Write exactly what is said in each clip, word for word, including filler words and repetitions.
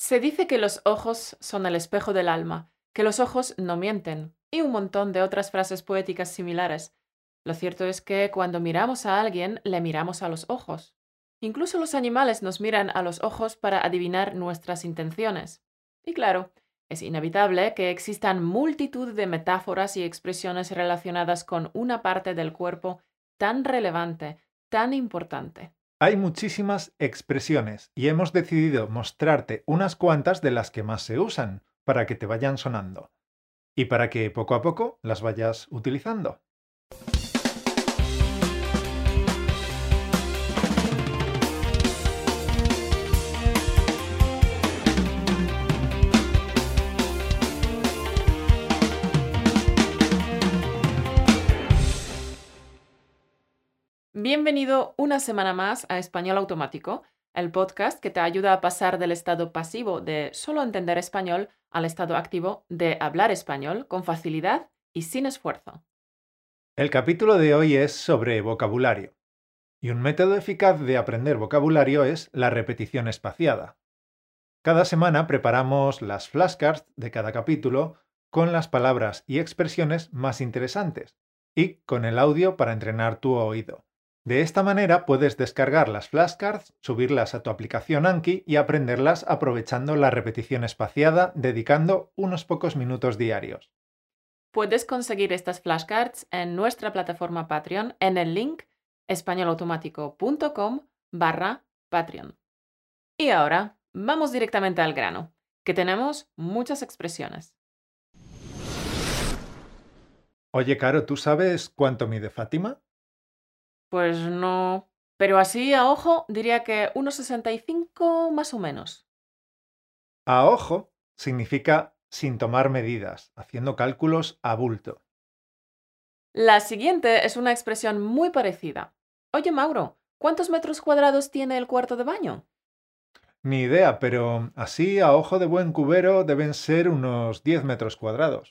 Se dice que los ojos son el espejo del alma, que los ojos no mienten, y un montón de otras frases poéticas similares. Lo cierto es que cuando miramos a alguien, le miramos a los ojos. Incluso los animales nos miran a los ojos para adivinar nuestras intenciones. Y claro, es inevitable que existan multitud de metáforas y expresiones relacionadas con una parte del cuerpo tan relevante, tan importante. Hay muchísimas expresiones y hemos decidido mostrarte unas cuantas de las que más se usan para que te vayan sonando y para que poco a poco las vayas utilizando. Bienvenido una semana más a Español Automático, el podcast que te ayuda a pasar del estado pasivo de solo entender español al estado activo de hablar español con facilidad y sin esfuerzo. El capítulo de hoy es sobre vocabulario. Y un método eficaz de aprender vocabulario es la repetición espaciada. Cada semana preparamos las flashcards de cada capítulo con las palabras y expresiones más interesantes y con el audio para entrenar tu oído. De esta manera puedes descargar las flashcards, subirlas a tu aplicación Anki y aprenderlas aprovechando la repetición espaciada, dedicando unos pocos minutos diarios. Puedes conseguir estas flashcards en nuestra plataforma Patreon en el link españolautomático.com barra Patreon. Y ahora, vamos directamente al grano, que tenemos muchas expresiones. Oye, Caro, ¿tú sabes cuánto mide Fátima? Pues no, pero así a ojo diría que uno sesenta y cinco más o menos. A ojo significa sin tomar medidas, haciendo cálculos a bulto. La siguiente es una expresión muy parecida. Oye, Mauro, ¿cuántos metros cuadrados tiene el cuarto de baño? Ni idea, pero así a ojo de buen cubero deben ser unos diez metros cuadrados.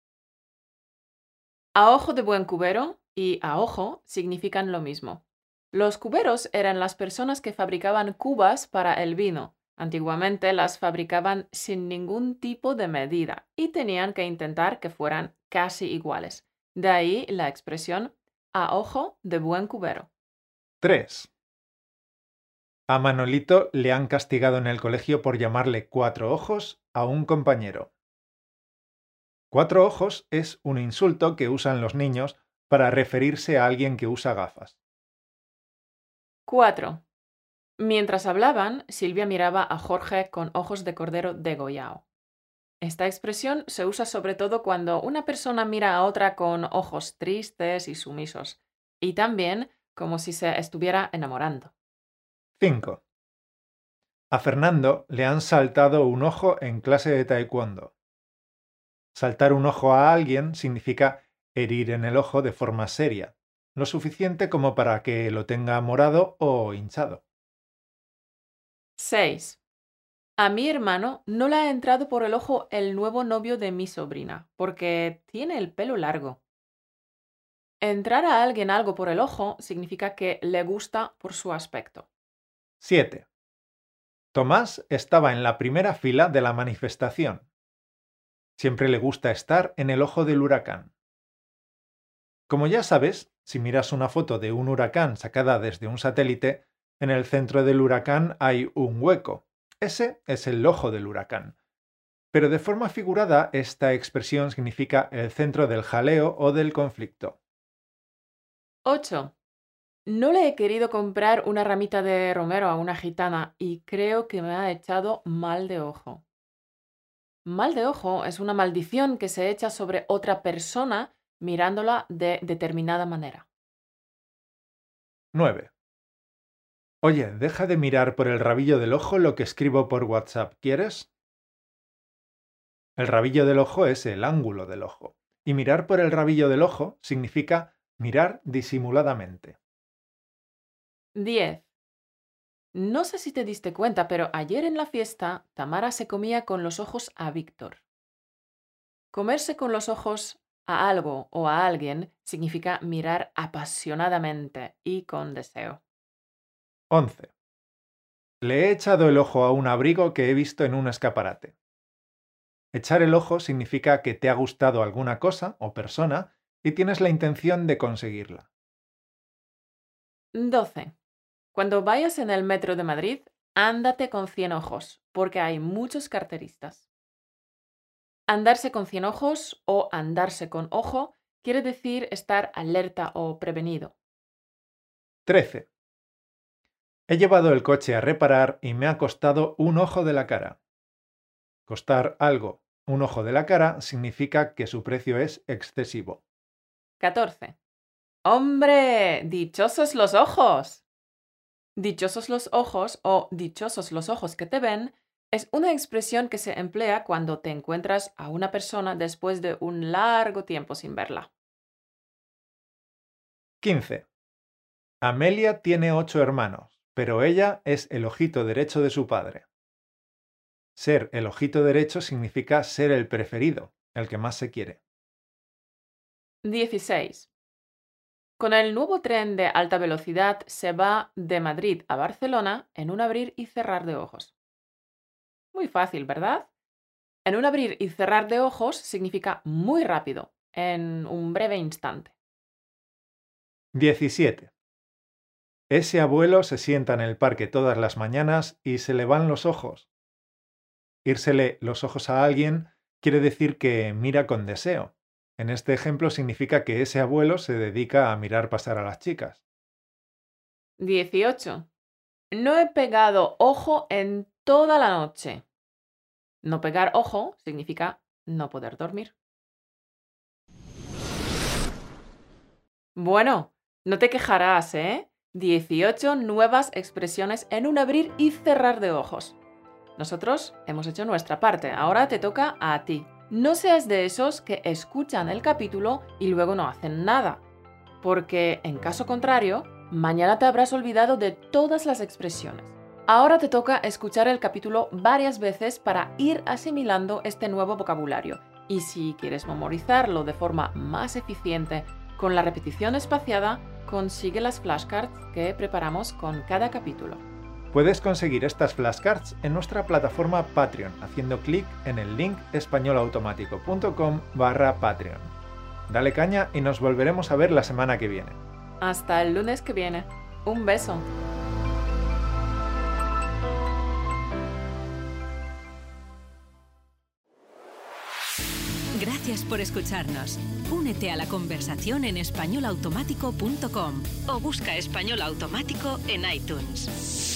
A ojo de buen cubero y a ojo significan lo mismo. Los cuberos eran las personas que fabricaban cubas para el vino. Antiguamente las fabricaban sin ningún tipo de medida y tenían que intentar que fueran casi iguales. De ahí la expresión a ojo de buen cubero. tres. A Manolito le han castigado en el colegio por llamarle cuatro ojos a un compañero. Cuatro ojos es un insulto que usan los niños para referirse a alguien que usa gafas. cuatro. Mientras hablaban, Silvia miraba a Jorge con ojos de cordero degollado. Esta expresión se usa sobre todo cuando una persona mira a otra con ojos tristes y sumisos, y también como si se estuviera enamorando. cinco. A Fernando le han saltado un ojo en clase de taekwondo. Saltar un ojo a alguien significa herir en el ojo de forma seria, lo suficiente como para que lo tenga morado o hinchado. seis. A mi hermano no le ha entrado por el ojo el nuevo novio de mi sobrina, porque tiene el pelo largo. Entrar a alguien algo por el ojo significa que le gusta por su aspecto. siete. Tomás estaba en la primera fila de la manifestación. Siempre le gusta estar en el ojo del huracán. Como ya sabes, si miras una foto de un huracán sacada desde un satélite, en el centro del huracán hay un hueco. Ese es el ojo del huracán. Pero de forma figurada, esta expresión significa el centro del jaleo o del conflicto. ocho. No le he querido comprar una ramita de romero a una gitana y creo que me ha echado mal de ojo. Mal de ojo es una maldición que se echa sobre otra persona mirándola de determinada manera. nueve. Oye, deja de mirar por el rabillo del ojo lo que escribo por WhatsApp, ¿quieres? El rabillo del ojo es el ángulo del ojo, y mirar por el rabillo del ojo significa mirar disimuladamente. diez. No sé si te diste cuenta, pero ayer en la fiesta Tamara se comía con los ojos a Víctor. Comerse con los ojos a algo o a alguien significa mirar apasionadamente y con deseo. once. Le he echado el ojo a un abrigo que he visto en un escaparate. Echar el ojo significa que te ha gustado alguna cosa o persona y tienes la intención de conseguirla. doce. Cuando vayas en el metro de Madrid, ándate con cien ojos, porque hay muchos carteristas. Andarse con cien ojos o andarse con ojo quiere decir estar alerta o prevenido. trece. He llevado el coche a reparar y me ha costado un ojo de la cara. Costar algo un ojo de la cara significa que su precio es excesivo. catorce. ¡Hombre! ¡Dichosos los ojos! Dichosos los ojos o dichosos los ojos que te ven es una expresión que se emplea cuando te encuentras a una persona después de un largo tiempo sin verla. quince. Amelia tiene ocho hermanos, pero ella es el ojito derecho de su padre. Ser el ojito derecho significa ser el preferido, el que más se quiere. dieciséis. Con el nuevo tren de alta velocidad se va de Madrid a Barcelona en un abrir y cerrar de ojos. Muy fácil, ¿verdad? En un abrir y cerrar de ojos significa muy rápido, en un breve instante. diecisiete. Ese abuelo se sienta en el parque todas las mañanas y se le van los ojos. Írsele los ojos a alguien quiere decir que mira con deseo. En este ejemplo significa que ese abuelo se dedica a mirar pasar a las chicas. dieciocho. No he pegado ojo en toda la noche. No pegar ojo significa no poder dormir. Bueno, no te quejarás, ¿eh? dieciocho nuevas expresiones en un abrir y cerrar de ojos. Nosotros hemos hecho nuestra parte, ahora te toca a ti. No seas de esos que escuchan el capítulo y luego no hacen nada, porque en caso contrario, mañana te habrás olvidado de todas las expresiones. Ahora te toca escuchar el capítulo varias veces para ir asimilando este nuevo vocabulario. Y si quieres memorizarlo de forma más eficiente con la repetición espaciada, consigue las flashcards que preparamos con cada capítulo. Puedes conseguir estas flashcards en nuestra plataforma Patreon haciendo clic en el link españolautomático.com barra Patreon. Dale caña y nos volveremos a ver la semana que viene. Hasta el lunes que viene. Un beso. Gracias por escucharnos. Únete a la conversación en español automático punto com o busca Español Automático en iTunes.